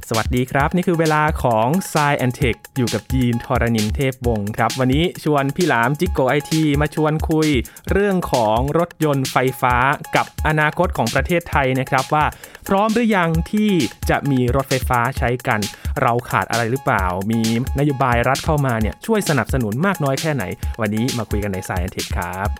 สวัสดีครับนี่คือเวลาของ Science and Tech อยู่กับยีนทรณินเทพวงศ์ครับวันนี้ชวนพี่หลามจิกโกไอทีมาชวนคุยเรื่องของรถยนต์ไฟฟ้ากับอนาคตของประเทศไทยนะครับว่าพร้อมหรือยังที่จะมีรถไฟฟ้าใช้กันเราขาดอะไรหรือเปล่ามีนโยบายรัฐเข้ามาเนี่ยช่วยสนับสนุนมากน้อยแค่ไหนวันนี้มาคุยกันใน Science and Tech ครับ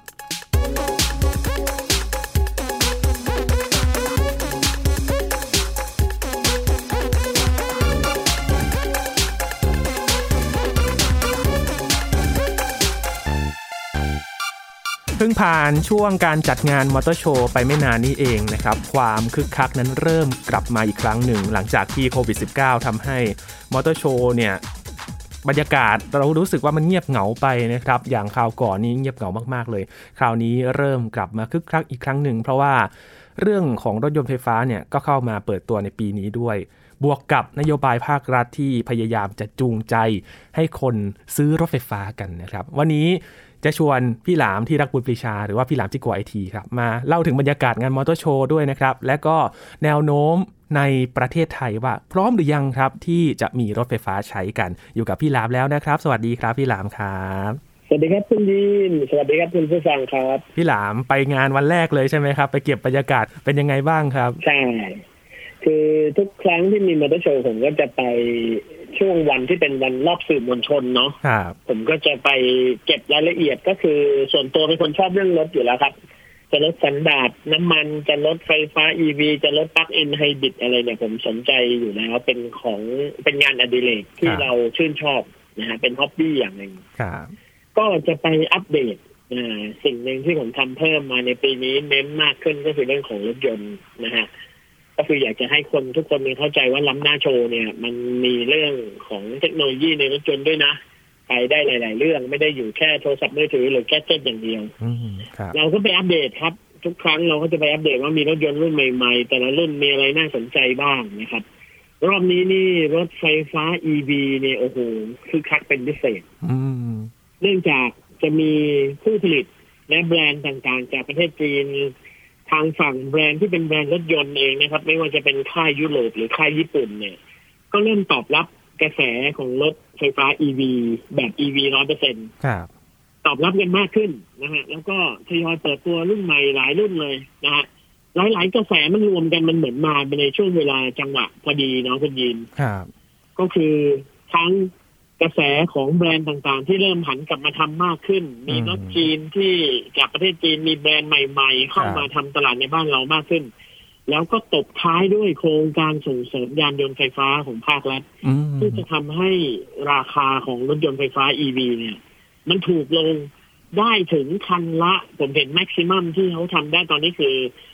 เพิ่งผ่านช่วงการจัดงานมอเตอร์โชว์ไปไม่นานนี้เองนะครับความคึกคักนั้นเริ่มกลับมาอีกครั้งหนึ่งหลังจากที่โควิด -19 ทำให้มอเตอร์โชว์เนี่ยบรรยากาศเรารู้สึกว่ามันเงียบเหงาไปนะครับอย่างคราวก่อนนี้เงียบเหงามากๆเลยคราวนี้เริ่มกลับมาคึกคักอีกครั้งหนึ่งเพราะว่าเรื่องของรถยนต์ไฟฟ้าเนี่ยก็เข้ามาเปิดตัวในปีนี้ด้วยบวกกับนโยบายภาครัฐที่พยายามจะจูงใจให้คนซื้อรถไฟฟ้ากันนะครับวันนี้จะชวนพี่หลามที่รักบุญปรีชาหรือว่าพี่หลามจิกโกไอทีครับมาเล่าถึงบรรยากาศงานมอเตอร์โชว์ด้วยนะครับและก็แนวโน้มในประเทศไทยว่าพร้อมหรือยังครับที่จะมีรถไฟฟ้าใช้กันอยู่กับพี่หลามแล้วนะครับสวัสดีครับพี่หลามครับสวัสดีครับคุณยีนสวัสดีครับคุณผู้ฟังครับพี่หลามไปงานวันแรกเลยใช่ไหมครับไปเก็บบรรยากาศเป็นยังไงบ้างครับใช่คือทุกครั้งที่มีมอเตอร์โชว์ผมก็จะไปช่วงวันที่เป็นวันรอบสื่อมวลชนเนาะผมก็จะไปเก็บรายละเอียดก็คือส่วนตัวเป็นคนชอบเรื่องรถอยู่แล้วครับจะรถสันดาปน้ำมันจะรถไฟฟ้า EV จะรถปลั๊กอินไฮบริดอะไรเนี่ยผมสนใจอยู่แล้วเป็นงานอดิเรกที่เราชื่นชอบนะฮะเป็นฮ็อบบี้อย่างหนึ่งก็จะไปอัปเดตสิ่งหนึ่งที่ผมทำเพิ่มมาในปีนี้เน้นมากขึ้นก็คือเรื่องของรถยนต์นะฮะก็คืออยากจะให้คนทุกคนเข้าใจว่าล้ำหน้าโชว์เนี่ยมันมีเรื่องของเทคโนโลยีในรถยนต์ด้วยนะไปได้หลายๆเรื่องไม่ได้อยู่แค่โทรศัพท์มือถือหรือแค่เจ็ตอย่างเดียวเราก็ไปอัปเดตครับทุกครั้งเราก็จะไปอัปเดตว่ามีรถยนต์รุ่นใหม่ๆแต่ละรุ่นมีอะไรน่าสนใจบ้างนะครับรอบนี้นี่รถไฟฟ้า EV เนี่ยโอ้โหคือคักเป็นพิเศษเนื่องจากจะมีผู้ผลิตและแบรนด์ต่างๆจากประเทศจีนทางฝั่งแบรนด์ที่เป็นแบรนด์รถยนต์เองนะครับไม่ว่าจะเป็นค่ายยุโรปหรือค่ายญี่ปุ่นเนี่ยก็เริ่มตอบรับกระแสของรถไฟฟ้า EV แบบ EV 100% ครับตอบรับกันมากขึ้นนะฮะแล้วก็ทยอยเปิดตัวรุ่นใหม่หลายรุ่นเลยนะฮะหลายๆกระแสมันรวมกันมันเหมือนมาในช่วงเวลาจังหวะพอดีเนาะคุณยินครับก็คือทั้งกระแสของแบรนด์ต่างๆที่เริ่มหันกลับมาทำมากขึ้นมีรถจีนที่จากประเทศจีนมีแบรนด์ใหม่ๆเข้ามาทำตลาดในบ้านเรามากขึ้นแล้วก็ตบท้ายด้วยโครงการส่งเสริมยานยนต์ไฟฟ้าของภาครัฐที่จะทำให้ราคาของรถยนต์ไฟฟ้า EV เนี่ยมันถูกลงได้ถึงคันละผมเห็นแม็กซิมัมที่เขาทำได้ตอนนี้คือ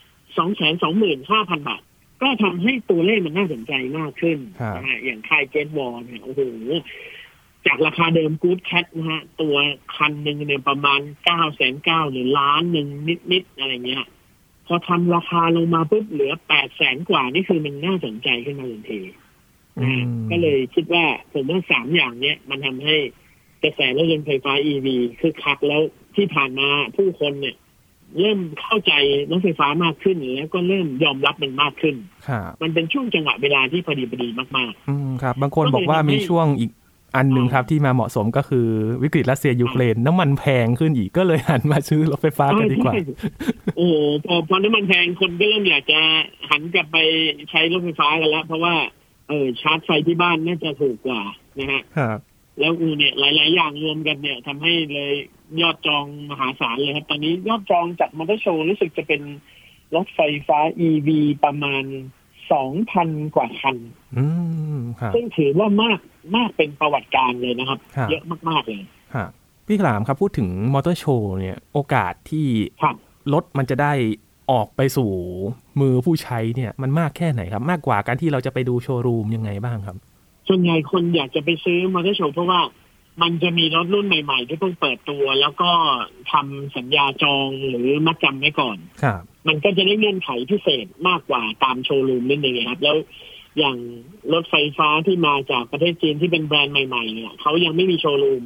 225,000 บาทก็ทำให้ตัวเลขมันน่าสนใจมากขึ้นนะฮะอย่างค่ายเจนวอลเนี่ยโอ้โหจากราคาเดิมกู๊ดแคทนะฮะตัวคันหนึ่งเนี่ยประมาณ 990,000 หรือล้านหนึ่งนิดๆอะไรเงี้ยพอทำราคาลงมาปุ๊บเหลือ 800,000 กว่านี่คือมันน่าสนใจขึ้นมาทันทีก็เลยคิดว่าผมว่า3อย่างเนี้ยมันทำให้กระแสรถยนต์ไฟฟ้า EV คือคักแล้วที่ผ่านมาผู้คนเนี่ยเริ่มเข้าใจรถไฟฟ้ามากขึ้นแล้วก็เริ่มยอมรับมันมากขึ้นมันเป็นช่วงจังหวะเวลาที่พอดีมากๆครับบางคนบอกว่ามีช่วงอีกอันหนึ่งครับที่มาเหมาะสมก็คือวิกฤตรัสเซียยูเครนน้ำมันแพงขึ้นอีกก็เลยหันมาซื้อรถไฟฟ้ากันดีกว่าโอ้พอน้ำมันแพงคนก็เริ่มอยากจะหันกลับไปใช้รถไฟฟ้ากันแล้วเพราะว่าชาร์จไฟที่บ้านน่าจะถูกกว่านะฮะแล้วเนี่ยหลายๆอย่างรวมกันเนี่ยทำให้เลยยอดจองมหาศาลเลยครับตอนนี้ยอดจองจากมอเตอร์โชว์รู้สึกจะเป็นรถไฟฟ้า EV ประมาณ 2,000 กว่าคันซึ่งถือว่ามากเป็นประวัติการเลยนะครับเยอะมากๆเลยพี่ขลามครับพูดถึงมอเตอร์โชว์เนี่ยโอกาสที่รถมันจะได้ออกไปสู่มือผู้ใช้เนี่ยมันมากแค่ไหนครับมากกว่าการที่เราจะไปดูโชว์รูมยังไงบ้างครับส่วนใหญ่คนอยากจะไปซื้อมอเตอร์โชว์เพราะว่ามันจะมีรถรุ่นใหม่ๆที่เพิ่งเปิดตัวแล้วก็ทำสัญญาจองหรือมัดจำไว้ก่อนมันก็จะได้เงื่อนไขพิเศษมากกว่าตามโชว์รูมนิดนึงครับแล้วอย่างรถไฟฟ้าที่มาจากประเทศจีนที่เป็นแบรนด์ใหม่ๆเนี่ยเขายังไม่มีโชว์รูม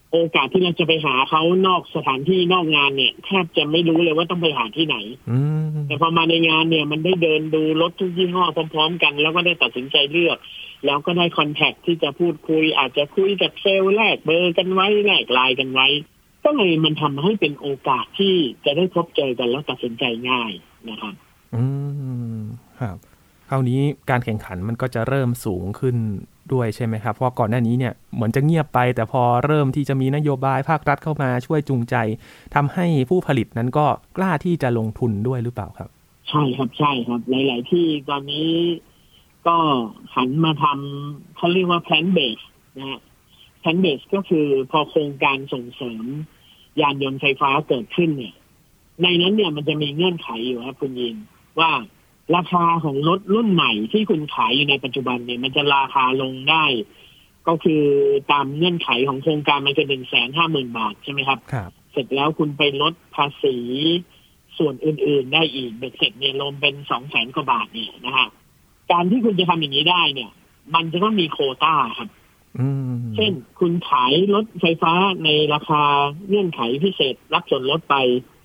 โอกาสที่เราจะไปหาเขานอกสถานที่นอกงานเนี่ยแทบจะไม่รู้เลยว่าต้องไปหาที่ไหนแต่พอมาในงานเนี่ยมันได้เดินดูรถทุกยี่ห้อพร้อมๆกันแล้วก็ได้ตัดสินใจเลือกแล้วก็ได้คอนแทคที่จะพูดคุยอาจจะคุยกับเซลล์แลกเบอร์กันไว้แลกไลน์กันไว้ก็เลยมันทำให้เป็นโอกาสที่จะได้พบเจอกันแล้วตัดสินใจง่ายนะครับครับคราวนี้การแข่งขันมันก็จะเริ่มสูงขึ้นด้วยใช่ไหมครับเพราะก่อนหน้านี้เนี่ยเหมือนจะเงียบไปแต่พอเริ่มที่จะมีนโยบายภาครัฐเข้ามาช่วยจูงใจทำให้ผู้ผลิตนั้นก็กล้าที่จะลงทุนด้วยหรือเปล่าครับใช่ครับใช่ครับหลายๆที่ตอนนี้ก็หันมาทำเขาเรียกว่า plant based นะฮะ plant based ก็คือพอโครงการส่งเสริมยานยนต์ไฟฟ้าเกิดขึ้นเนี่ยในนั้นเนี่ยมันจะมีเงื่อนไขอยู่ครับคุณยินว่าราคาของรถรุ่นใหม่ที่คุณขายอยู่ในปัจจุบันเนี่ยมันจะราคาลงได้ก็คือตามเงื่อนไขของโครงการมันจะ 150,000 บาทใช่ไหมครับเสร็จแล้วคุณไปลดภาษีส่วนอื่นๆได้อีกเบ็ดเสร็จเนี่ยรวมเป็น 200,000 กว่าบาทเนี่ยนะฮะการที่คุณจะทำอย่างนี้ได้เนี่ยมันจะต้องมีโควต้าครับเช่นคุณขายรถไฟฟ้าในราคาเงื่อนไขพิเศษรับส่วนลดไป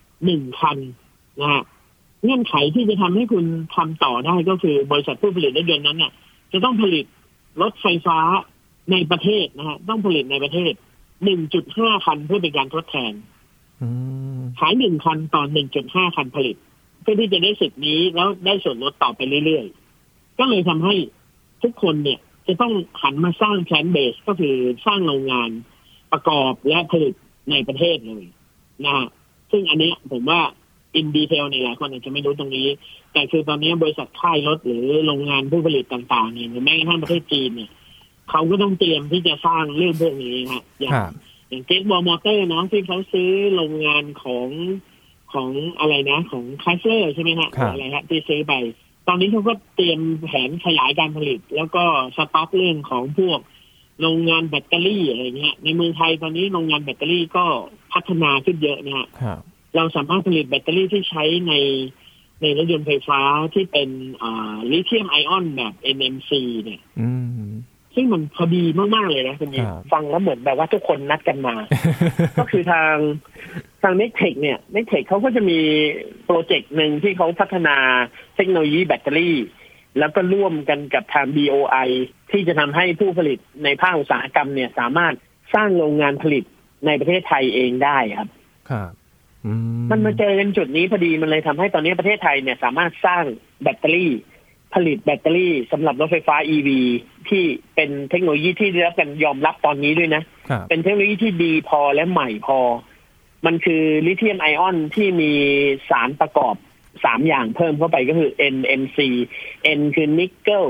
1 คันนะฮะเงื่อนไขที่จะทำให้คุณทำต่อได้ก็คือบริษัทผู้ผลิตรถยนต์นั้นเนี่ยจะต้องผลิตรถไฟฟ้าในประเทศนะฮะต้องผลิตในประเทศ 1.5 คันเพื่อเป็นการทดแทนขาย1 คันต่อ 1.5 คันผลิตเพื่อที่จะได้สิทธิ์นี้แล้วได้ส่วนลดต่อไปเรื่อยๆก็เลยทำให้ทุกคนเนี่ยจะต้องหันมาสร้างแพลนเบสก็คือสร้างโรงงานประกอบและผลิตในประเทศเลยนะซึ่งอันนี้ผมว่าอินดีเทลเนี่ยหลายคนอาจจะไม่รู้ตรงนี้แต่คือตอนนี้บริษัทค่ายรถหรือโรงงานผู้ผลิตต่างๆเนี่ยหรือแม้กระทั่งประเทศจีนเนี่ยเขาก็ต้องเตรียมที่จะสร้างเรื่องพวกนี้ฮะอย่างเกตบอลมอเตอร์เนาะที่เขาซื้อโรงงานของอะไรนะของไคเซอร์ใช่ไหมฮะอะไรฮะที่ซื้อไปตอนนี้เขาก็เตรียมแผนขยายการผลิตแล้วก็สต็อกเรื่องของพวกโรงงานแบตเตอรี่อะไรเงี้ยในเมืองไทยตอนนี้โรงงานแบตเตอรี่ก็พัฒนาขึ้นเยอะนะฮะเราสามารถผลิตแบตเตอรี่ที่ใช้ในรถยนต์ไฟฟ้าที่เป็นลิเธียมไอออนแบบ NMC เนี่ยซึ่งมันพอดีมากๆเลยนะคุณยิงฟังแล้วเหมือนแบบว่าทุกคนนัดกันมา ก็คือทางเน็กเทคเนี่ยเน็กเทคเขาก็จะมีโปรเจกต์หนึ่งที่เขาพัฒนาเทคโนโลยีแบตเตอรี่แล้วก็ร่วมกันกับทาง BOI ที่จะทำให้ผู้ผลิตในภาคอุตสาหกรรมเนี่ยสามารถสร้างโรงงานผลิตในประเทศไทยเองได้ครับมันมาเจอกันจุดนี้พอดีมันเลยทำให้ตอนนี้ประเทศไทยเนี่ยสามารถสร้างแบตเตอรี่ผลิตแบตเตอรี่สำหรับรถไฟฟ้า EV ที่เป็นเทคโนโลยีที่ได้รับการยอมรับตอนนี้ด้วยนะเป็นเทคโนโลยีที่ดีพอและใหม่พอมันคือลิเธียมไอออนที่มีสารประกอบ3อย่างเพิ่มเข้าไปก็คือ NMC N คือนิกเกิล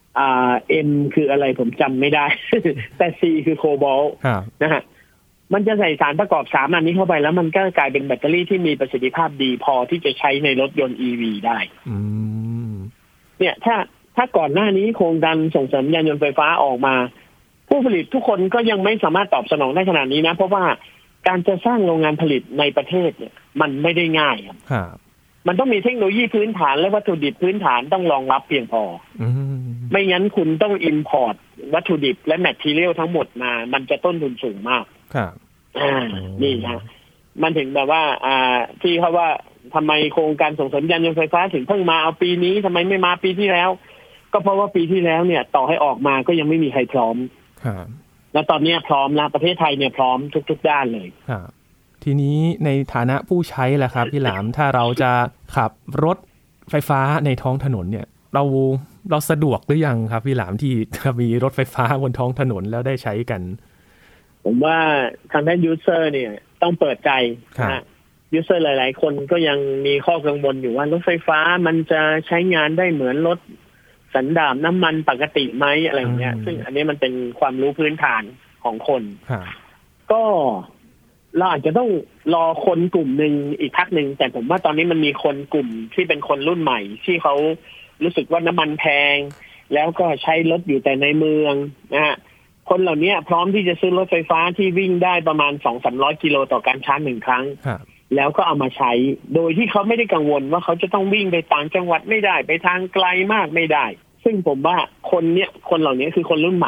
M คืออะไรผมจำไม่ได้ แต่ C คือโคบอลต์นะฮะมันจะใส่สารประกอบ3อันนี้เข้าไปแล้วมันก็กลายเป็นแบตเตอรี่ที่มีประสิทธิภาพดีพอที่จะใช้ในรถยนต์ EV ได้เนี่ยถ้าก่อนหน้านี้โครงการส่งเสริมยานยนต์ไฟฟ้าออกมาผู้ผลิตทุกคนก็ยังไม่สามารถตอบสนองได้ขนาดนี้นะเพราะว่าการจะสร้างโรงงานผลิตในประเทศเนี่ยมันไม่ได้ง่ายครับมันต้องมีเทคโนโลยีพื้นฐานและวัตถุดิบพื้นฐานต้องรองรับเพียงพอไม่งั้นคุณต้องอิมพอร์ตวัตถุดิบและแมททีเรียลทั้งหมดมามันจะต้นทุนสูงมากนี่นะมันถึงแบบว่าที่เขาว่าทำไมโครงการส่งเสริมยานยนต์ไฟฟ้าถึงเพิ่งมาเอาปีนี้ทำไมไม่มาปีที่แล้วก็เพราะว่าปีที่แล้วเนี่ยต่อให้ออกมาก็ยังไม่มีใครพร้อมแล้วตอนนี้พร้อมแล้วประเทศไทยเนี่ยพร้อมทุกด้านเลยทีนี้ในฐานะผู้ใช้ล่ะครับพี่หลามถ้าเราจะขับรถไฟฟ้าในท้องถนนเนี่ยเราสะดวกหรือยังครับพี่หลามที่จะมีรถไฟฟ้าบนท้องถนนแล้วได้ใช้กันผมว่าทางด้านยูเซอร์เนี่ยต้องเปิดใจนะยูเซอร์หลายๆคนก็ยังมีข้อกังวลอยู่ว่ารถไฟฟ้ามันจะใช้งานได้เหมือนรถสันดาปน้ำมันปกติไหมอะไรอย่างเงี้ยซึ่งอันนี้มันเป็นความรู้พื้นฐานของคนก็เราอาจจะต้องรอคนกลุ่มหนึ่งอีกพักหนึ่งแต่ผมว่าตอนนี้มันมีคนกลุ่มที่เป็นคนรุ่นใหม่ที่เขารู้สึกว่าน้ำมันแพงแล้วก็ใช้รถอยู่แต่ในเมืองนะฮะคนเหล่านี้พร้อมที่จะซื้อรถไฟฟ้าที่วิ่งได้ประมาณ 200-300 กิโลต่อการชาร์จ1ครั้งแล้วก็เอามาใช้โดยที่เขาไม่ได้กังวลว่าเขาจะต้องวิ่งไปต่างจังหวัดไม่ได้ไปทางไกลมากไม่ได้ซึ่งผมว่าคนเหล่านี้คือคนรุ่นใหม่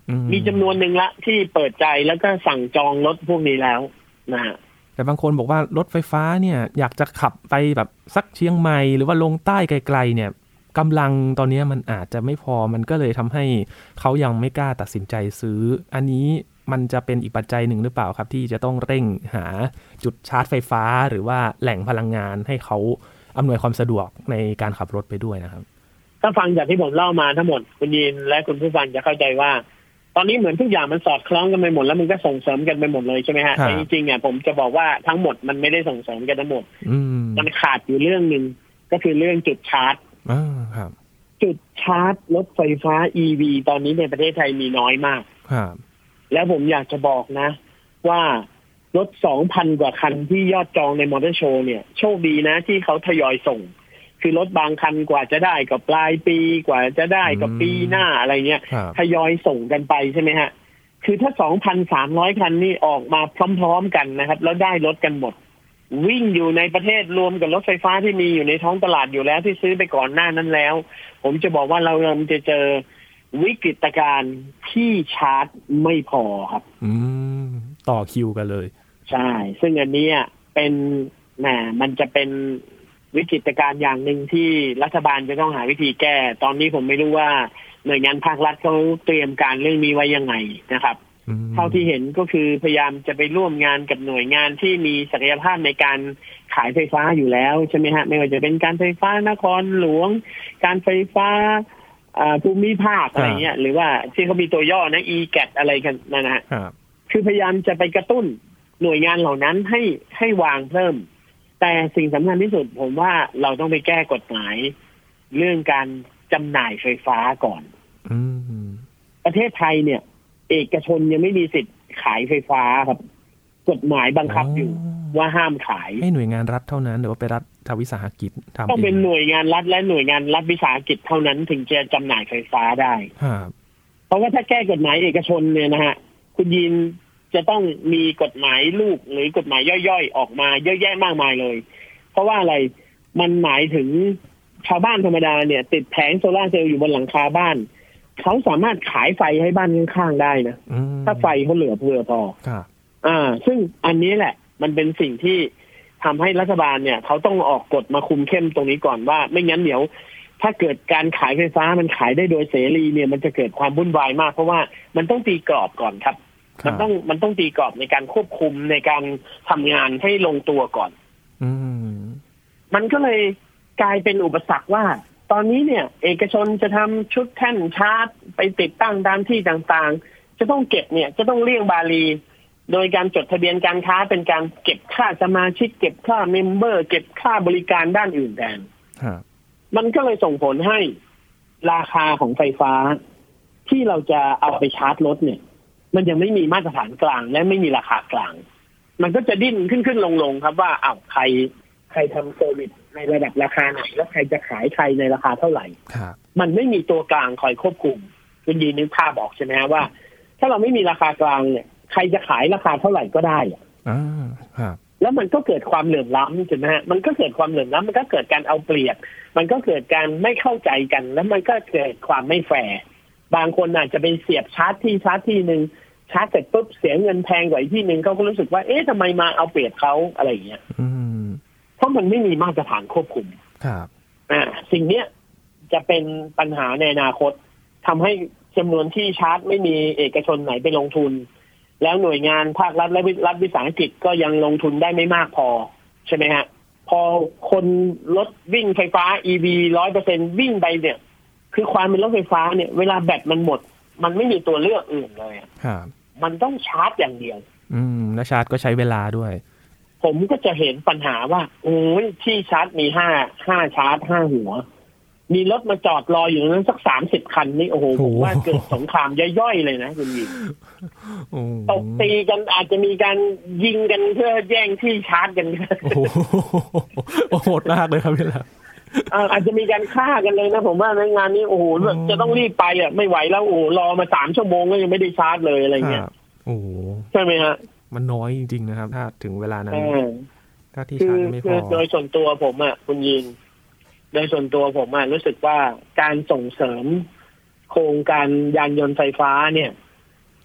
มีจำนวนหนึ่งละที่เปิดใจแล้วก็สั่งจองรถพวกนี้แล้วนะฮะแต่บางคนบอกว่ารถไฟฟ้าเนี่ยอยากจะขับไปแบบสักเชียงใหม่หรือว่าลงใต้ไกลๆเนี่ยกำลังตอนนี้มันอาจจะไม่พอมันก็เลยทำให้เขายังไม่กล้าตัดสินใจซื้ออันนี้มันจะเป็นอีกปัจจัยหนึ่งหรือเปล่าครับที่จะต้องเร่งหาจุดชาร์จไฟฟ้าหรือว่าแหล่งพลังงานให้เขาอำนวยความสะดวกในการขับรถไปด้วยนะครับถ้าฟังจากที่ผมเล่ามาทั้งหมดคุณยินและคุณผู้ฟังจะเข้าใจว่าตอนนี้เหมือนทุกอย่างมันสอดคล้องกันไปหมดแล้วมันก็ส่งเสริมกันไปหมดเลยใช่ไหมฮะแต่จริงๆเนี่ยผมจะบอกว่าทั้งหมดมันไม่ได้ส่งเสริมกันทั้งหมดมันขาดอยู่เรื่องนึงก็คือเรื่องจุดชาร์จจุดชาร์จรถไฟฟ้า EV ตอนนี้ในประเทศไทยมีน้อยมากแล้วผมอยากจะบอกนะว่ารถ 2,000 กว่าคันที่ยอดจองในมอเตอร์โชว์เนี่ยโชคดีนะที่เขาทยอยส่งคือรถบางคันกว่าจะได้กับปลายปีกว่าจะได้กับปีหน้าอะไรเงี้ยทยอยส่งกันไปใช่ไหมฮะคือถ้า 2,300 คันนี่ออกมาพร้อมๆกันนะครับแล้วได้รถกันหมดวิ่งอยู่ในประเทศรวมกับรถไฟฟ้าที่มีอยู่ในท้องตลาดอยู่แล้วที่ซื้อไปก่อนหน้านั้นแล้วผมจะบอกว่าเราจะเจอวิกฤตการณ์ที่ชาร์จไม่พอครับต่อคิวกันเลยใช่ซึ่งอันนี้เป็นมันจะเป็นวิกฤตการณ์อย่างหนึ่งที่รัฐบาลจะต้องหาวิธีแก้ตอนนี้ผมไม่รู้ว่าหน่วยงานภาครัฐเขาเตรียมการเรื่องนี้ไว้ยังไงนะครับเท่าที่เห็นก็คือพยายามจะไปร่วมงานกับหน่วยงานที่มีศักยภาพในการขายไฟฟ้าอยู่แล้วใช่ไหมฮะไม่ว่าจะเป็นการไฟฟ้านครหลวงการไฟฟ้าภูมิภาคอะไรเงี้ยหรือว่าที่เขามีตัวย่อนะ EGAT อะไรกันนะฮะคือพยายามจะไปกระตุ้นหน่วยงานเหล่านั้นให้วางเพิ่มแต่สิ่งสำคัญที่สุดผมว่าเราต้องไปแก้กฎหมายเรื่องการจำหน่ายไฟฟ้าก่อนประเทศไทยเนี่ยเอกชนยังไม่มีสิทธิ์ขายไฟฟ้าครับกฎหมายบังคับอยู่ว่าห้ามขายให้หน่วยงานรัฐเท่านั้นหรือว่าเป็นรัฐวิสาหกิจทำต้องเป็นหน่วยงานรัฐและหน่วยงานรัฐวิสาหกิจเท่านั้นถึงจะจำหน่ายไฟฟ้าได้เพราะว่าถ้าแก้กฎหมายเอกชนเนี่ยนะฮะคุณยินจะต้องมีกฎหมายลูกหรือกฎหมายย่อยๆออกมาเยอะแยะมากมายเลยเพราะว่าอะไรมันหมายถึงชาวบ้านธรรมดาเนี่ยติดแผงโซล่าร์เซลล์อยู่บนหลังคาบ้านเขาสามารถขายไฟให้บ้านข้างๆได้นะถ้าไฟเขาเหลือเพื่อพอซึ่งอันนี้แหละมันเป็นสิ่งที่ทำให้รัฐบาลเนี่ยเขาต้องออกกฎมาคุมเข้มตรงนี้ก่อนว่าไม่งั้นเดี๋ยวถ้าเกิดการขายไฟฟ้ามันขายได้โดยเสรีเนี่ยมันจะเกิดความวุ่นวายมากเพราะว่ามันต้องตีกรอบก่อนครับมันต้องตีกรอบในการควบคุมในการทำงานให้ลงตัวก่อนมันก็เลยกลายเป็นอุปสรรคว่าตอนนี้เนี่ยเอกชนจะทำชุดแท่นชาร์จไปติดตั้งตามที่ต่างๆจะต้องเก็บเนี่ยจะต้องเลี่ยงบาลีโดยการจดทะเบียนการค้าเป็นการเก็บค่าสมาชิกเก็บค่าเมมเบอร์เก็บค่าบริการด้านอื่นแทนมันก็เลยส่งผลให้ราคาของไฟฟ้าที่เราจะเอาไปชาร์จรถเนี่ยมันยังไม่มีมาตรฐานกลางและไม่มีราคากลางมันก็จะดิ้นขึ้นลงครับว่าใครทำเซอร์วิสในระดับราคาไหนแล้วใครจะขายใครในราคาเท่าไหร่มันไม่มีตัวกลางคอยควบคุมคุณดีนึกภาพออกใช่ไหมว่าถ้าเราไม่มีราคากลางเนี่ยใครจะขายราคาเท่าไหร่ก็ได้แล้วมันก็เกิดความเหลื่อมล้ำใช่ไหมฮะมันก็เกิดความเหลื่อมล้ำมันก็เกิดการเอาเปรียบมันก็เกิดการไม่เข้าใจกันแล้วมันก็เกิดความไม่แฟร์บางคนอาจจะไปเสียบชาร์จที่นึงชาร์จเสร็จปุ๊บเสียเงินแพงกว่าอีกที่นึงเขาก็รู้สึกว่าทำไมมาเอาเปรียบเขาอะไรอย่างเงี้ยเพราะมันไม่มีมาตรฐานควบคุมครับสิ่งเนี้ยจะเป็นปัญหาในอนาคตทำให้จำนวนที่ชาร์จไม่มีเอกชนไหนไปลงทุนแล้วหน่วยงานภาครัฐและรัฐวิสาหกิจก็ยังลงทุนได้ไม่มากพอใช่ไหมฮะพอคนรถวิ่งไฟฟ้า EV 100% วิ่งไปเนี่ยคือความเป็นรถไฟฟ้าเนี่ยเวลาแบตมันหมดมันไม่มีตัวเลือกอื่นเลยมันต้องชาร์จอย่างเดียวแล้วชาร์จก็ใช้เวลาด้วยผมก็จะเห็นปัญหาว่าที่ชาร์จมี5ชาร์จ5หัวมีรถมาจอดรออยู่นั้นสัก30คันนี่โอ้โหผมว่าเกิดสงครามย่อยๆเลยนะคุณยิงตบตีกันอาจจะมีการยิงกันเพื่อแย่งที่ชาร์จกันโอ้โหดมากเลยครับพี่ละอาจจะมีการฆ่ากันเลยนะผมว่าในงานนี้โอ้โหจะต้องรีบไปไม่ไหวแล้วโอ้รอมา3ชั่วโมงก็ยังไม่ได้ชาร์จเลยอะไรเงี้ยโอ้ใช่ไหมฮะมันน้อยจริงๆนะครับถ้าถึงเวลานั้นถ้าที่ชาร์จไม่พอโดยส่วนตัวผมคุณยินโดยส่วนตัวผมรู้สึกว่าการส่งเสริมโครงการยานยนต์ไฟฟ้าเนี่ย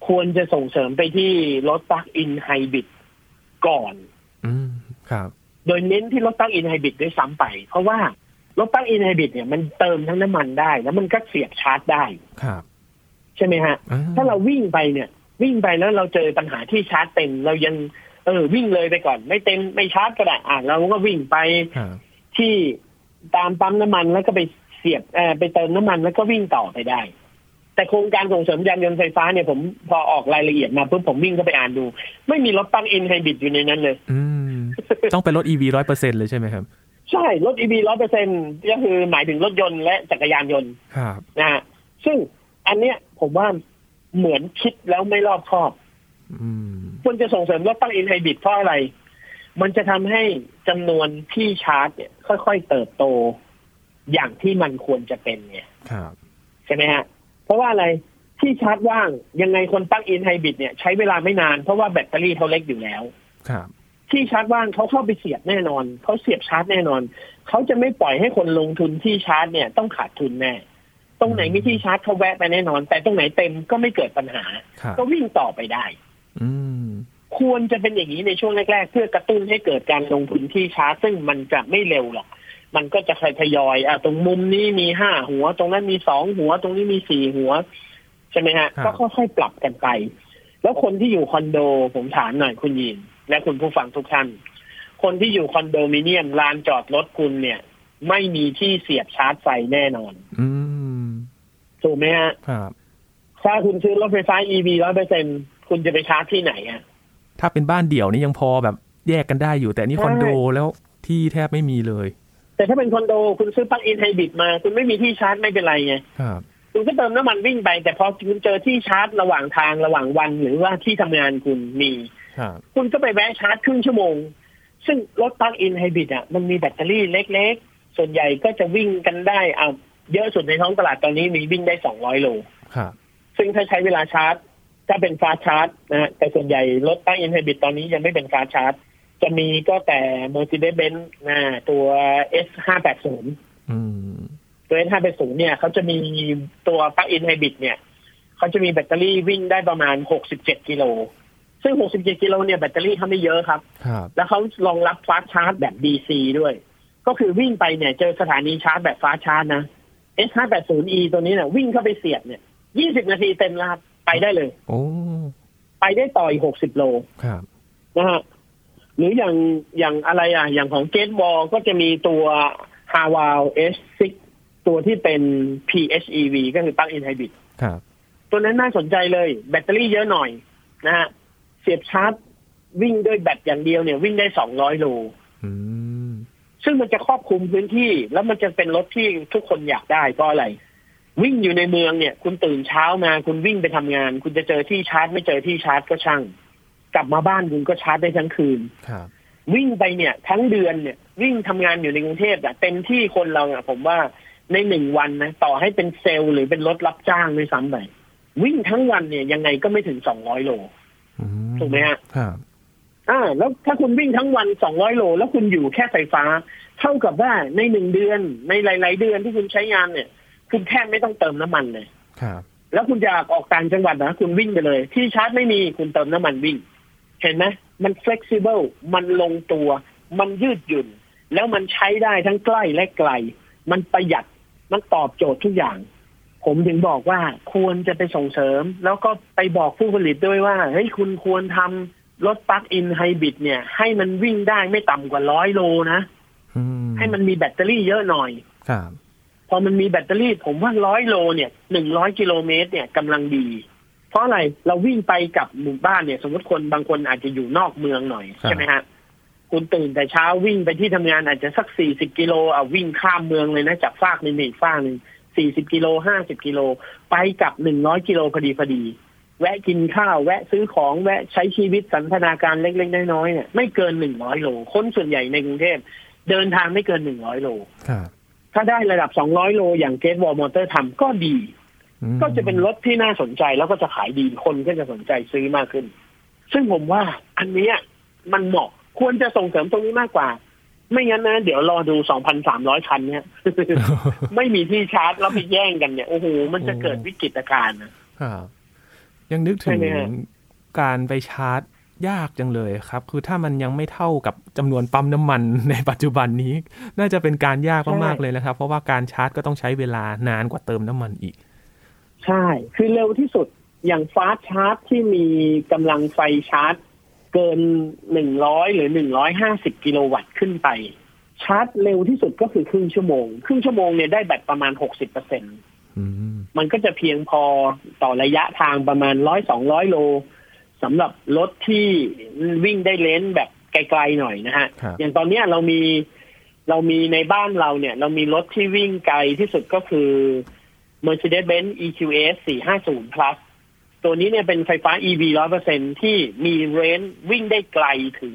ควรจะส่งเสริมไปที่รถปลั๊กอินไฮบริดก่อนครับโดยเน้นที่รถปลั๊กอินไฮบริดด้วยซ้ำไปเพราะว่ารถปลั๊กอินไฮบริดเนี่ยมันเติมทั้งน้ำมันได้แล้วมันก็เสียบชาร์จได้ครับใช่ไหมฮะถ้าเราวิ่งไปแล้วเราเจอปัญหาที่ชาร์จเต็มเรายังวิ่งเลยไปก่อนไม่เต็มไม่ชาร์จก็ได้เราก็วิ่งไปที่ตามปั๊มน้ำมันแล้วก็ไปเสียบไปเติมน้ำมันแล้วก็วิ่งต่อไปได้แต่โครงการส่งเสริมยานยนต์ไฟฟ้าเนี่ยผมพอออกรายละเอียดมาปุ๊บผมวิ่งเข้าไปอ่านดูไม่มีรถปลั๊กอินไฮบริดอยู่ในนั้นเลยต้องเป็นรถ EV 100% เลยใช่ไหมครับใช่รถ EV 100% ก็คือหมายถึงรถยนต์และจักรยานยนต์นะฮะซึ่งอันเนี้ยผมว่าเหมือนคิดแล้วไม่รอบคอบควรจะส่งเสริมรถปลั๊กอินไฮบริดเพราะอะไรมันจะทำให้จำนวนที่ชาร์จเนี่ยค่อยๆเติบโตอย่างที่มันควรจะเป็นเนี่ยใช่ไหมฮะเพราะว่าอะไรที่ชาร์จว่างยังไงคนปลั๊กอินไฮบริดเนี่ยใช้เวลาไม่นานเพราะว่าแบตเตอรี่เขาเล็กอยู่แล้วที่ชาร์จว่างเขาเข้าไปเสียบแน่นอนเขาเสียบชาร์จแน่นอนเขาจะไม่ปล่อยให้คนลงทุนที่ชาร์จเนี่ยต้องขาดทุนแน่ตรงไหนมีที่ชาร์จเขาแวะไปแน่นอนแต่ตรงไหนเต็มก็ไม่เกิดปัญหาก็วิ่งต่อไปได้ควรจะเป็นอย่างนี้ในช่วงแรกๆเพื่อกระตุ้นให้เกิดการลงทุนที่ชาร์จซึ่งมันจะไม่เร็วหรอกมันก็จะทยอยตรงมุมนี้มี5 หัวตรงนั้นมี2 หัวตรงนี้มี4 หัวใช่ไหมฮะก็ค่อยๆปรับกันไปแล้วคนที่อยู่คอนโดผมถามหน่อยคุณยินและคุณผู้ฟังทุกท่านคนที่อยู่คอนโดมิเนียมลานจอดรถคุณเนี่ยไม่มีที่เสียบชาร์จไฟแน่นอนถูกไหมฮะถ้าคุณซื้อรถไฟฟ้า EV 100%คุณจะไปชาร์จที่ไหนอ่ะถ้าเป็นบ้านเดี่ยวนี่ยังพอแบบแยกกันได้อยู่แต่นี่คอนโดแล้วที่แทบไม่มีเลยแต่ถ้าเป็นคอนโดคุณซื้อปลั๊กอินไฮบริดมาคุณไม่มีที่ชาร์จไม่เป็นไรไงคุณก็เติมน้ำมันวิ่งไปแต่พอคุณเจอที่ชาร์จระหว่างทางระหว่างวันหรือว่าที่ทำงานคุณมีคุณก็ไปแวะชาร์จครึ่งชั่วโมงซึ่งรถปลั๊กอินไฮบริดมันมีแบตเตอรี่เล็กๆส่วนใหญ่ก็จะวิ่งกันได้เยอะสุดในท้องตลาดตอนนี้มีวิ่งได้200 โลซึ่งถ้าใช้เวลาชาร์จถ้าเป็นฟาสต์ชาร์จนะแต่ส่วนใหญ่รถปลั๊กอินไฮบริดตอนนี้ยังไม่เป็นฟาสต์ชาร์จจะมีก็แต่ Mercedes-Benz ตัว S580 ตัว S580 เนี่ยเขาจะมีตัวปลั๊กอินไฮบริดเนี่ยเขาจะมีแบตเตอรี่วิ่งได้ประมาณ67 กิโลซึ่ง67 กิโลเนี่ยแบตเตอรี่เขาไม่เยอะครับแล้วเขารองรับฟาสต์ชาร์จแบบ DC ด้วยก็คือวิ่งไปเนี่ยเจอสถานีชาร์จแบบฟาสต์ชาร์จนะ S580e ตัวนี้เนี่ยวิ่งเข้าไปเสียบเนี่ย20 นาทีเต็มแล้วไปได้เลยไปได้ต่ออีก60 โลนะฮะหรืออย่างอะไรอย่างของ Gatewall ก็จะมีตัว Haval S6 ตัวที่เป็น PHEV ก็คือ Plug-in Hybrid ตัวนั้นน่าสนใจเลยแบตเตอรี่เยอะหน่อยนะฮะเสียบชาร์จวิ่งด้วยแบตอย่างเดียวเนี่ยวิ่งได้200 โลซึ่งมันจะครอบคลุมพื้นที่แล้วมันจะเป็นรถที่ทุกคนอยากได้เพราะอะไรวิ่งอยู่ในเมืองเนี่ยคุณตื่นเช้ามาคุณวิ่งไปทำงานคุณจะเจอที่ชาร์จไม่เจอที่ชาร์จก็ช่างกลับมาบ้านคุณก็ชาร์จได้ทั้งคืนวิ่งไปเนี่ยทั้งเดือนเนี่ยวิ่งทำงานอยู่ในกรุงเทพเต็มที่คนเราผมว่าใน1 วันนะต่อให้เป็นเซลล์หรือเป็นรถรับจ้างด้วยซ้ำไปวิ่งทั้งวันเนี่ยยังไงก็ไม่ถึง200 โลถูกไหมฮะแล้วถ้าคุณวิ่งทั้งวัน200 โลแล้วคุณอยู่แค่ไฟฟ้าเท่ากับว่าใน1 เดือนในหลายๆเดือนที่คุณใช้งานเนี่ยคุณแค่ไม่ต้องเติมน้ำมันเลยแล้วคุณอยากออกต่างจังหวัดนะคุณวิ่งไปเลยที่ชาร์จไม่มีคุณเติมน้ำมันวิ่งเห็นไหมมัน flexible มันลงตัวมันยืดหยุ่นแล้วมันใช้ได้ทั้งใกล้และไกลมันประหยัดมันตอบโจทย์ทุกอย่างผมถึงบอกว่าควรจะไปส่งเสริมแล้วก็ไปบอกผู้ผลิตด้วยว่าเฮ้ยคุณควรทำรถปลั๊กอินไฮบริดเนี่ยให้มันวิ่งได้ไม่ต่ำกว่า100 โลนะให้มันมีแบตเตอรี่เยอะหน่อยพอมันมีแบตเตอรี่ผมว่า100 โลเนี่ย100 กิโลเมตรเนี่ยกำลังดีเพราะอะไรเราวิ่งไปกับหมู่บ้านเนี่ยสมมติคนบางคนอาจจะอยู่นอกเมืองหน่อยใช่ไหมฮะคุณตื่นแต่เช้าวิ่งไปที่ทำงานอาจจะสัก40 กิโลวิ่งข้ามเมืองเลยนะจากฟากหนึ่งอีกฟากหนึ่ง40 กิโล50 กิโลไปกับ100 กิโลพอดีแวะกินข้าวแวะซื้อของแวะใช้ชีวิตสันทนาการเล็กๆน้อยๆเนี่ยไม่เกิน100 โลคนส่วนใหญ่ในกรุงเทพเดินทางไม่เกิน100 โลถ้าได้ระดับ200 โลอย่าง Gatewall Motor ทำก็ดีก็จะเป็นรถที่น่าสนใจแล้วก็จะขายดีคนก็จะสนใจซื้อมากขึ้นซึ่งผมว่าอันนี้มันเหมาะควรจะส่งเสริมตรงนี้มากกว่าไม่งั้นนะเดี๋ยวรอดู 2,300 คันเนี่ย ไม่มีที่ชาร์จแล้วไปแย่งกันเนี่ยโอ้โหมันจะเกิดวิกฤตการณ์นะยังนึกถึงการไปชาร์จยากจังเลยครับคือถ้ามันยังไม่เท่ากับจำนวนปั๊มน้ำมันในปัจจุบันนี้น่าจะเป็นการยากมากๆเลยนะครับเพราะว่าการชาร์จก็ต้องใช้เวลานานกว่าเติมน้ำมันอีกใช่คือเร็วที่สุดอย่างฟาสต์ชาร์จที่มีกำลังไฟชาร์จเกิน100หรือ150กิโลวัตต์ขึ้นไปชาร์จเร็วที่สุดก็คือครึ่งชั่วโมงเนี่ยได้แบตประมาณ 60%มันก็จะเพียงพอต่อระยะทางประมาณ 100-200 โลสำหรับรถที่วิ่งได้เลนแบบไกลๆหน่อยนะฮะอย่างตอนนี้เรามีในบ้านเราเนี่ยเรามีรถที่วิ่งไกลที่สุดก็คือ Mercedes-Benz EQS 450 Plus ตัวนี้เนี่ยเป็นไฟฟ้า EV 100% ที่มีเรนจ์วิ่งได้ไกลถึง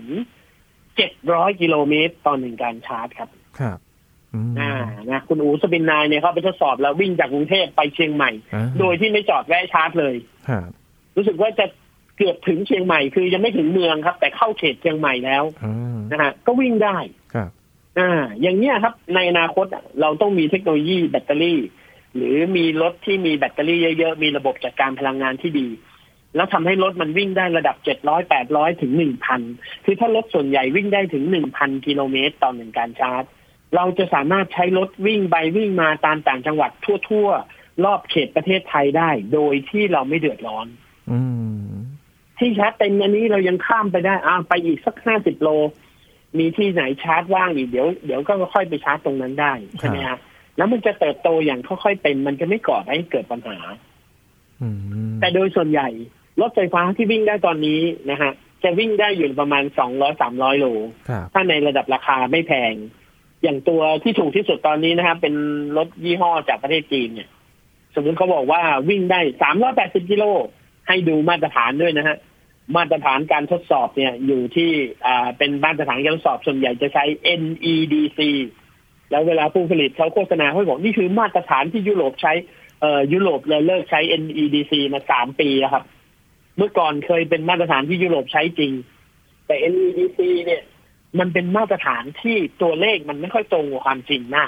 700กิโลเมตรต่อ1การชาร์จครับครับนะคุณอู๋สปินนายเนี่ยเขาไปทดสอบแล้ววิ่งจากกรุงเทพไปเชียงใหม่โดยที่ไม่จอดแวะชาร์จเลยรู้สึกว่าจะเกือบถึงเชียงใหม่คือยังไม่ถึงเมืองครับแต่เข้าเขตเชียงใหม่แล้วนะฮะก็วิ่งได้อย่างเนี้ยครับในอนาคตเราต้องมีเทคโนโลยีแบตเตอรี่หรือมีรถที่มีแบตเตอรี่เยอะๆมีระบบจัดการพลังงานที่ดีแล้วทำให้รถมันวิ่งได้ระดับ700 800ถึง 1,000 คือถ้ารถส่วนใหญ่วิ่งได้ถึง 1,000 กิโลเมตรต่อ1การชาร์จเราจะสามารถใช้รถวิ่งไปวิ่งมาตามต่างจังหวัดทั่วๆรอบเขตประเทศไทยได้โดยที่เราไม่เดือดร้อนที่ชาร์จเต็มอันนี้เรายังข้ามไปได้ไปอีกสัก50โลมีที่ไหนชาร์จว่างอีกเดี๋ยวก็ค่อยไปชาร์จตรงนั้นได้ใช่ไหมฮะแล้วมันจะเติบโตอย่างค่อยๆเป็นมันจะไม่ก่อให้เกิดปัญหาแต่โดยส่วนใหญ่รถไฟฟ้าที่วิ่งได้ตอนนี้นะฮะจะวิ่งได้อยู่ประมาณ200-300 โลถ้าในระดับราคาไม่แพงอย่างตัวที่ถูกที่สุดตอนนี้นะครับเป็นรถยี่ห้อจากประเทศจีนเนี่ยสมมติเขาบอกว่าวิ่งได้380กิโลให้ดูมาตรฐานด้วยนะฮะมาตรฐานการทดสอบเนี่ยอยู่ที่เป็นมาตรฐานการทดสอบส่วนใหญ่จะใช้ NEDC แล้วเวลาผู้ผลิตเขาโฆษณาเขาบอกนี่คือมาตรฐานที่ยุโรปใช้ยุโรปเลยเลิกใช้ NEDC มา3 ปีแล้วครับเมื่อก่อนเคยเป็นมาตรฐานที่ยุโรปใช้จริงแต่ NEDC เนี่ยมันเป็นมาตรฐานที่ตัวเลขมันไม่ค่อยตรงกับความจริงมาก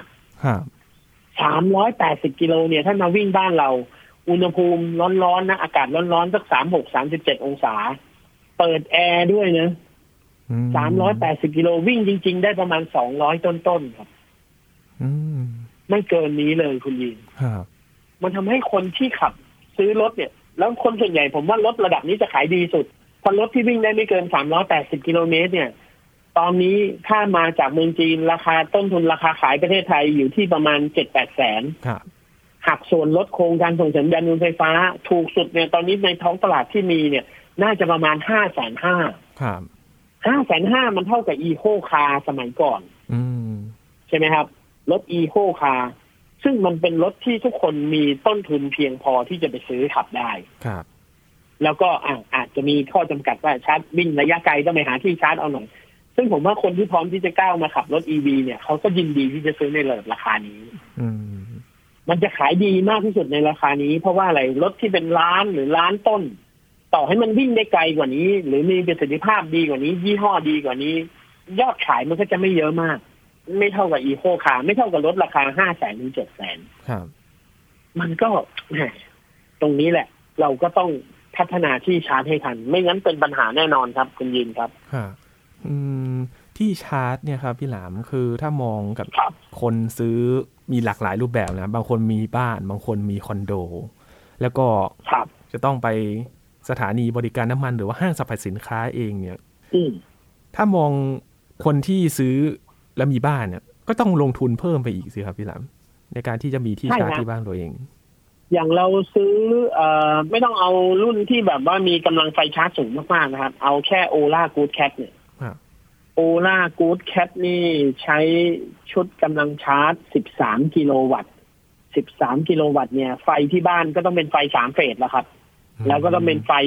380กิโลเนี่ยถ้ามาวิ่งบ้านเราอุณหภูมิร้อนๆนะอากาศร้อนๆสัก36-37องศาเปิดแอร์ด้วยนะ380กิโลวิ่งจริงๆได้ประมาณ200ต้นๆครับไม่เกินนี้เลยคุณยินมันทำให้คนที่ขับซื้อรถเนี่ยแล้วคนส่วนใหญ่ผมว่ารถระดับนี้จะขายดีสุดเพราะรถที่วิ่งได้ไม่เกิน380กิโลเมตรเนี่ยตอนนี้ถ้ามาจากเมืองจีนราคาต้นทุนราคาขายประเทศไทยอยู่ที่ประมาณ 7-8 แสนหักส่วนลดโครงการส่งเสริมยานยนต์ไฟฟ้าถูกสุดเนี่ยตอนนี้ในท้องตลาดที่มีเนี่ยน่าจะประมาณ 550,000 ครับ 550,000 มันเท่ากับอีโคคาร์สมัยก่อนใช่ไหมครับรถอีโคคาร์ซึ่งมันเป็นรถที่ทุกคนมีต้นทุนเพียงพอที่จะไปซื้อขับได้ครับแล้วก็อาจจะมีข้อจำกัดว่าชาร์จวิ่งระยะไกลต้องไปหาที่ชาร์จเอาหน่อยซึ่งผมว่าคนที่พร้อมที่จะก้าวมาขับรถ EV เนี่ยเขาก็ยินดีที่จะซื้อในระดับราคานี้มันจะขายดีมากที่สุดในราคานี้เพราะว่าอะไรรถที่เป็นล้านหรือล้านต้นต่อให้มันวิ่งได้ไกลกว่านี้หรือมีประสิทธิภาพดีกว่านี้ยี่ห้อดีกว่านี้ยอดขายมันก็จะไม่เยอะมากไม่เท่ากับอีโคคาร์ไม่เท่ากับรถราคา 500,000 ถึง 700,000 ครับมันก็ตรงนี้แหละเราก็ต้องพัฒนาที่ชาร์จให้ทันไม่งั้นเป็นปัญหาแน่นอนครับคุณยินครับที่ชาร์จเนี่ยครับพี่หลามคือถ้ามองกับคนซื้อมีหลากหลายรูปแบบนะบางคนมีบ้านบางคนมีคอนโดแล้วก็จะต้องไปสถานีบริการน้ำมันหรือว่าห้างสรรพสินค้าเองเนี่ยถ้ามองคนที่ซื้อแล้วมีบ้านเนี่ยก็ต้องลงทุนเพิ่มไปอีกสิครับพี่หลามในการที่จะมีที่ชาร์จที่บ้านตัวเองอย่างเราซื้อไม่ต้องเอารุ่นที่แบบว่ามีกำลังไฟชาร์จสูงมากๆนะครับเอาแค่โอล่ากู๊ดแคทเนี่ยโอล่ากู๊ดแคทนี่ใช้ชุดกำลังชาร์จ13กิโลวัตต์13กิโลวัตต์เนี่ยไฟที่บ้านก็ต้องเป็นไฟ3เฟสแล้วครับแล้วก็ต้องเป็นไฟ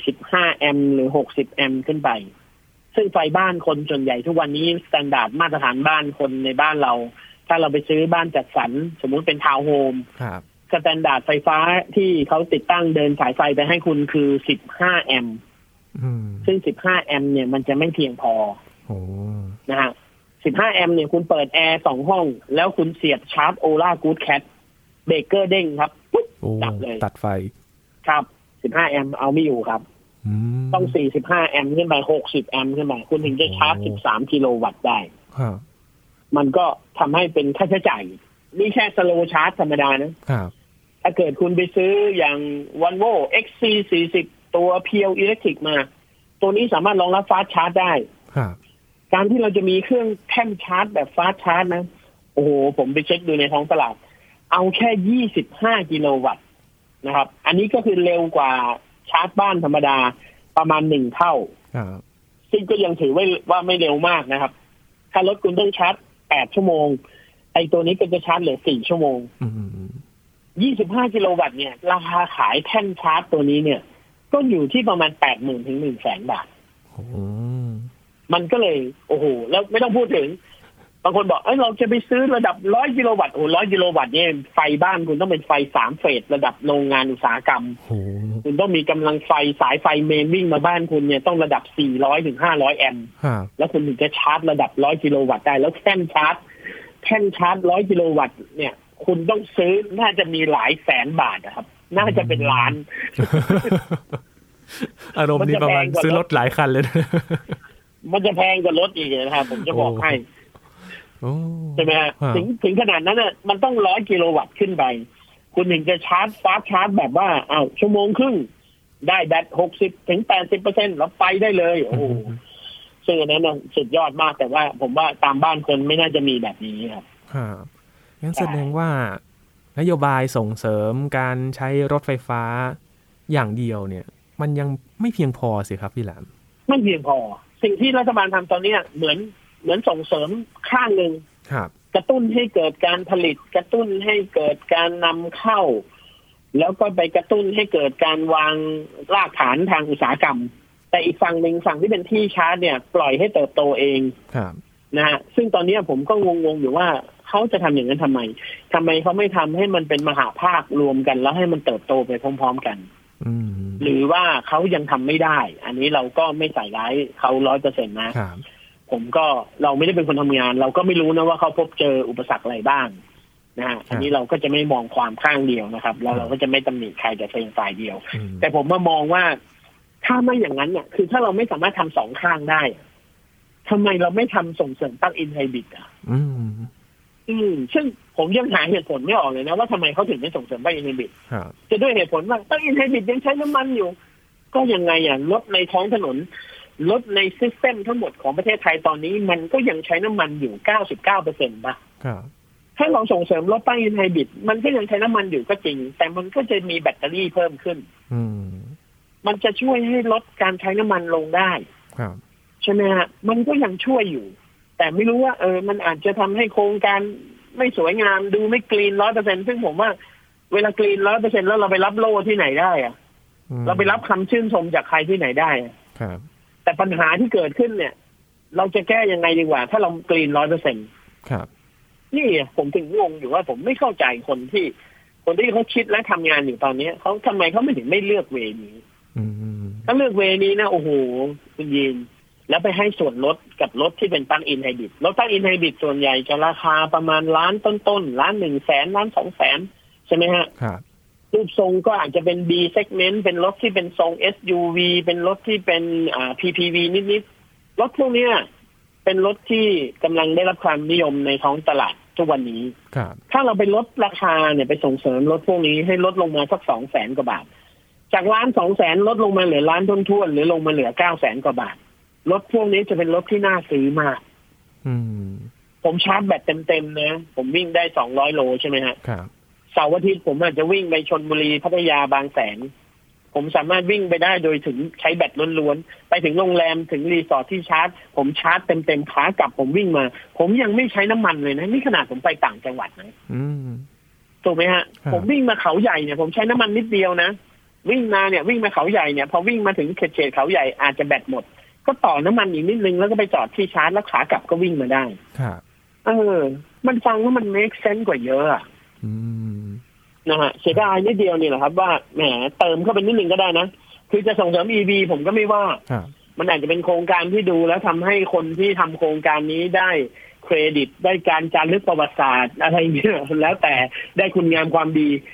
45แอมป์หรือ60แอมป์ขึ้นไปซึ่งไฟบ้านคนส่วนใหญ่ทุกวันนี้สแตนดาร์ดมาตรฐานบ้านคนในบ้านเราถ้าเราไปซื้อบ้านจัดสรรสมมุติเป็นทาวน์โฮมสแตนดาร์ดไฟฟ้าที่เขาติดตั้งเดินสายไฟไปให้คุณคือ15แอมป์ซึ่ง15แอมป์เนี่ยมันจะไม่เพียงพอนะฮะ15แอมป์เนี่ยคุณเปิดแอร์2ห้องแล้วคุณเสียบชาร์จโอล่ากู๊ดแคทเบรกเกอร์เด้งครับปุ๊บดับเลยตัดไฟครับ 15 แอมป์เอาไม่อยู่ครับต้อง45 แอมป์ขึ้นไป60 แอมป์ขึ้นไปคุณถึงจะชาร์จ13 กิโลวัตต์ได้มันก็ทำให้เป็นค่าใช้จ่ายนี่แค่สโลว์ชาร์จธรรมดานะถ้าเกิดคุณไปซื้ออย่าง Volvo XC40 ตัว Pure Electric มาตัวนี้สามารถรองรับฟาสต์ชาร์จได้การที่เราจะมีเครื่องแท่นชาร์จแบบฟาสต์ชาร์จนะโอ้โหผมไปเช็คดูในท้องตลาดเอาแค่25 กิโลวัตต์นะครับอันนี้ก็คือเร็วกว่าชาร์จบ้านธรรมดาประมาณ1 เท่าซึ่งก็ยังถือว่าไม่เร็วมากนะครับถ้ารถคุณต้องชาร์จ8 ชั่วโมงไอ้ตัวนี้ก็จะชาร์จเหลือ4 ชั่วโมง25 กิโลวัตต์เนี่ยราคาขายแท่นชาร์จตัวนี้เนี่ยก็อยู่ที่ประมาณ 80,000 ถึง 100,000 บาทมันก็เลยโอ้โหแล้วไม่ต้องพูดถึงบางคนบอกเราจะไปซื้อระดับ100 กิโลวัตต์100 กิโลวัตต์เนี่ยไฟบ้านคุณต้องเป็นไฟ3 เฟสระดับโรงงานอุตสาหกรรมคุณต้องมีกำลังไฟสายไฟเมนวิ่งมาบ้านคุณเนี่ยต้องระดับ400 ถึง 500 แอมป์แล้วคุณถึงจะชาร์จระดับ100 กิโลวัตต์ได้แล้วแท่นชาร์จ100 กิโลวัตต์เนี่ยคุณต้องซื้อน่าจะมีหลายแสนบาทนะครับน่าจะเป็นล้านอารมณ์นี้ประมาณซื้อรถหลายคันเลยมันจะแพงกว่ารถอีกนะครับผมจะบอกให้ใช่ไหมฮะถึงขนาดนั้นน่ะมันต้อง100 กิโลวัตต์ขึ้นไปคุณถึงจะชาร์จฟาสต์ชาร์จแบบว่าชั่วโมงครึ่งได้แบต60 ถึง 80% แล้วไปได้เลยโอ้ซึ่งอันนั้นสุดยอดมากแต่ว่าผมว่าตามบ้านคนไม่น่าจะมีแบบนี้ครับงั้นแสดงว่านโยบายส่งเสริมการใช้รถไฟฟ้าอย่างเดียวเนี่ยมันยังไม่เพียงพอสิครับพี่หลามไม่เพียงพอสิ่งที่รัฐบาลทำตอนนี้เหมือนส่งเสริมข้างหนึ่งกระตุ้นให้เกิดการผลิตกระตุ้นให้เกิดการนำเข้าแล้วก็ไปกระตุ้นให้เกิดการวางรากฐานทางอุตสาหกรรมแต่อีกฝั่งหนึ่งฝั่งที่เป็นที่ชาร์จเนี่ยปล่อยให้เติบโตเองนะฮะซึ่งตอนนี้ผมก็งงอยู่ว่าเขาจะทำอย่างนั้นทำไมเขาไม่ทำให้มันเป็นมหาภาครวมกันแล้วให้มันเติบโตไปพร้อมๆกันหรือว่าเขายังทำไม่ได้อันนี้เราก็ไม่ใส่ร้ายเขา 100% นะผมก็เราไม่ได้เป็นคนทำงานเราก็ไม่รู้นะว่าเขาพบเจออุปสรรคอะไรบ้างนะฮะอันนี้เราก็จะไม่มองความข้างเดียวนะครับแล้วเราก็จะไม่ตำหนิใครแต่เพียงฝ่ายเดียวแต่ผมมองว่าถ้าไม่อย่างนั้นเนี่ยคือถ้าเราไม่สามารถทำ2 ข้างได้ทำไมเราไม่ทำส่งเสริมตั้งอินไฮบริดซึ่งผมยังหาเหตุผลไม่ออกเลยนะว่าทำไมเขาถึงไม่ส่งเสริมตั้งอินไฮบริดจะด้วยเหตุผลว่าตั้งอินไฮบริดยังใช้น้ำมันอยู่ก็ยังไงรถในท้องถนนรถในซิสเต็มทั้งหมดของประเทศไทยตอนนี้มันก็ยังใช้น้ำมันอยู่ 99% ป่ะถ้าเราส่งเสริมรถตั้งอินไฮบริดมันก็ยังใช้น้ำมันอยู่ก็จริงแต่มันก็จะมีแบตเตอรี่เพิ่มขึ้นมันจะช่วยให้ลดการใช้น้ำมันลงได้ใช่ไหมฮะมันก็ยังช่วยอยู่แต่ไม่รู้ว่ามันอาจจะทำให้โครงการไม่สวยงามดูไม่กรีน 100% ซึ่งผมว่าเวลากรีน 100% แล้วเราไปรับโล่ที่ไหนได้เราไปรับคำชื่นชมจากใครที่ไหนได้แต่ปัญหาที่เกิดขึ้นเนี่ยเราจะแก้ยังไงดีกว่าถ้าเรากรีน 100% ครับนี่ผมถึงงงอยู่ว่าผมไม่เข้าใจคนที่เขาคิดและทำงานอยู่ตอนนี้เขาทำไมเขาไม่ถึงไม่เลือกเวนี้ถ้าเลือกเวนี้นะโอ้โหคุณยินแล้วไปให้ส่วนลดกับรถที่เป็นตั้งอินไฮบริดรถตั้งอินไฮบริดส่วนใหญ่จะราคาประมาณล้านต้นๆ100,000 ล้าน 200,000 ใช่ไหมฮะครับรูปทรงก็อาจจะเป็น B segment เป็นรถที่เป็นทรง SUV เป็นรถที่เป็นPPV นิดๆรถพวกนี้เป็นรถที่กำลังได้รับความนิยมในท้องตลาดทุกวันนี้ถ้าเราไปลดราคาเนี่ยไปส่งเสริมรถพวกนี้ให้ลดลงมาสัก 200,000 กว่าบาทจาก1,200,000ลดลงมาเหลือล้านท้วนๆหรือลงมาเหลือ 900,000 กว่าบาทรถพวกนี้จะเป็นรถที่น่าซื้อมากผมชาร์จแบตเต็มๆนะผมวิ่งได้200 โลใช่ไหมฮะเสาร์อาทิตย์ผมอาจจะวิ่งไปชลบุรีพัทยาบางแสนผมสามารถวิ่งไปได้โดยถึงใช้แบตล้วนๆไปถึงโรงแรมถึงรีสอร์ทที่ชาร์จผมชาร์จเต็มๆขากลับผมวิ่งมาผมยังไม่ใช้น้ำมันเลยนะนี่ขนาดผมไปต่างจังหวัดนะถูกไหมฮะผมวิ่งมาเขาใหญ่เนี่ยผมใช้น้ำมันนิดเดียวนะวิ่งมาเขาใหญ่เนี่ยพอวิ่งมาถึงเขตเขาใหญ่อาจจะแบตหมดก็ต่อน้ำมันอีกนิดนึงแล้วก็ไปจอดที่ชาร์จแล้วขากลับก็วิ่งมาได้มันฟังว่ามัน make sense กว่าเยอะนะฮะเสียดายนิดเดียวนี่แหละครับว่าแหมเติมเข้าไปนิดนึงก็ได้นะคือจะส่งเสริม EV ผมก็ไม่ว่ามันอาจจะเป็นโครงการที่ดูแล้วทำให้คนที่ทำโครงการนี้ได้เครดิตได้การจารึกประวัติศาสตร์อะไรเงี้ยแล้วแต่ได้คุณงามความดี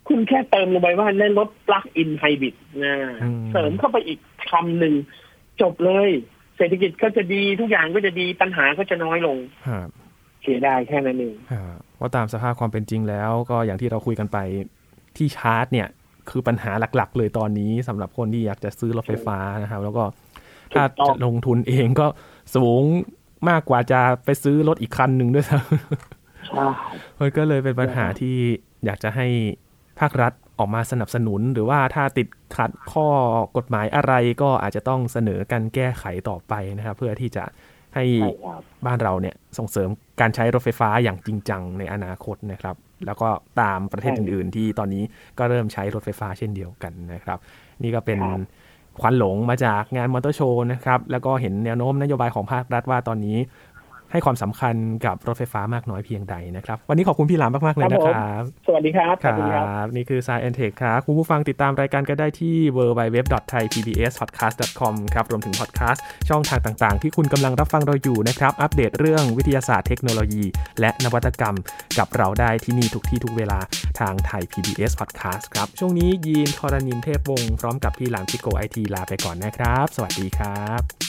คุณแค่เติมลงไปว่าเล่นรถ plug-in hybrid นะเสริมเข้าไปอีกคำหนึ่งจบเลยเศรษฐกิจก็จะดีทุกอย่างก็จะดีปัญหาก็จะน้อยลงเสียดายแค่นั้นเองว่าตามสภาพความเป็นจริงแล้วก็อย่างที่เราคุยกันไปที่ชาร์จเนี่ยคือปัญหาหลักๆเลยตอนนี้สำหรับคนที่อยากจะซื้อรถไฟฟ้านะครับแล้วก็ถ้าจะลงทุนเองก็สูงมากกว่าจะไปซื้อรถอีกคันหนึ่งด้วยซ้ำมันก็เลยเป็นปัญหาที่อยากจะให้ภาครัฐออกมาสนับสนุนหรือว่าถ้าติดขัดข้อกฎหมายอะไรก็อาจจะต้องเสนอการแก้ไขต่อไปนะครับเพื่อที่จะให้บ้านเราเนี่ยส่งเสริมการใช้รถไฟฟ้าอย่างจริงจังในอนาคตนะครับแล้วก็ตามประเทศอื่นๆที่ตอนนี้ก็เริ่มใช้รถไฟฟ้าเช่นเดียวกันนะครับนี่ก็เป็นควันหลงมาจากงานมอเตอร์โชว์นะครับแล้วก็เห็นแนวโน้มนโยบายของภาครัฐว่าตอนนี้ให้ความสำคัญกับรถไฟฟ้ามากน้อยเพียงใดนะครับวันนี้ขอบคุณพี่หลามมากๆเลยนะครับสวัสดีครับขอบคุณครับนี่คือ Science & Tech ครับคุณผู้ฟังติดตามรายการก็ได้ที่ www.thaipbspodcast.com ครับรวมถึงพอดแคสต์ช่องทางต่างๆที่คุณกำลังรับฟังเราอยู่นะครับอัปเดตเรื่องวิทยาศาสตร์เทคโนโลยีและนวัตกรรมกับเราได้ที่นี่ทุกที่ทุกเวลาทาง Thai PBS Podcast ครับช่วงนี้ยีน ธรณินทร์ เทพวงศ์พร้อมกับพี่หลามจิโก IT ลาไปก่อนนะครับสวัสดีครับ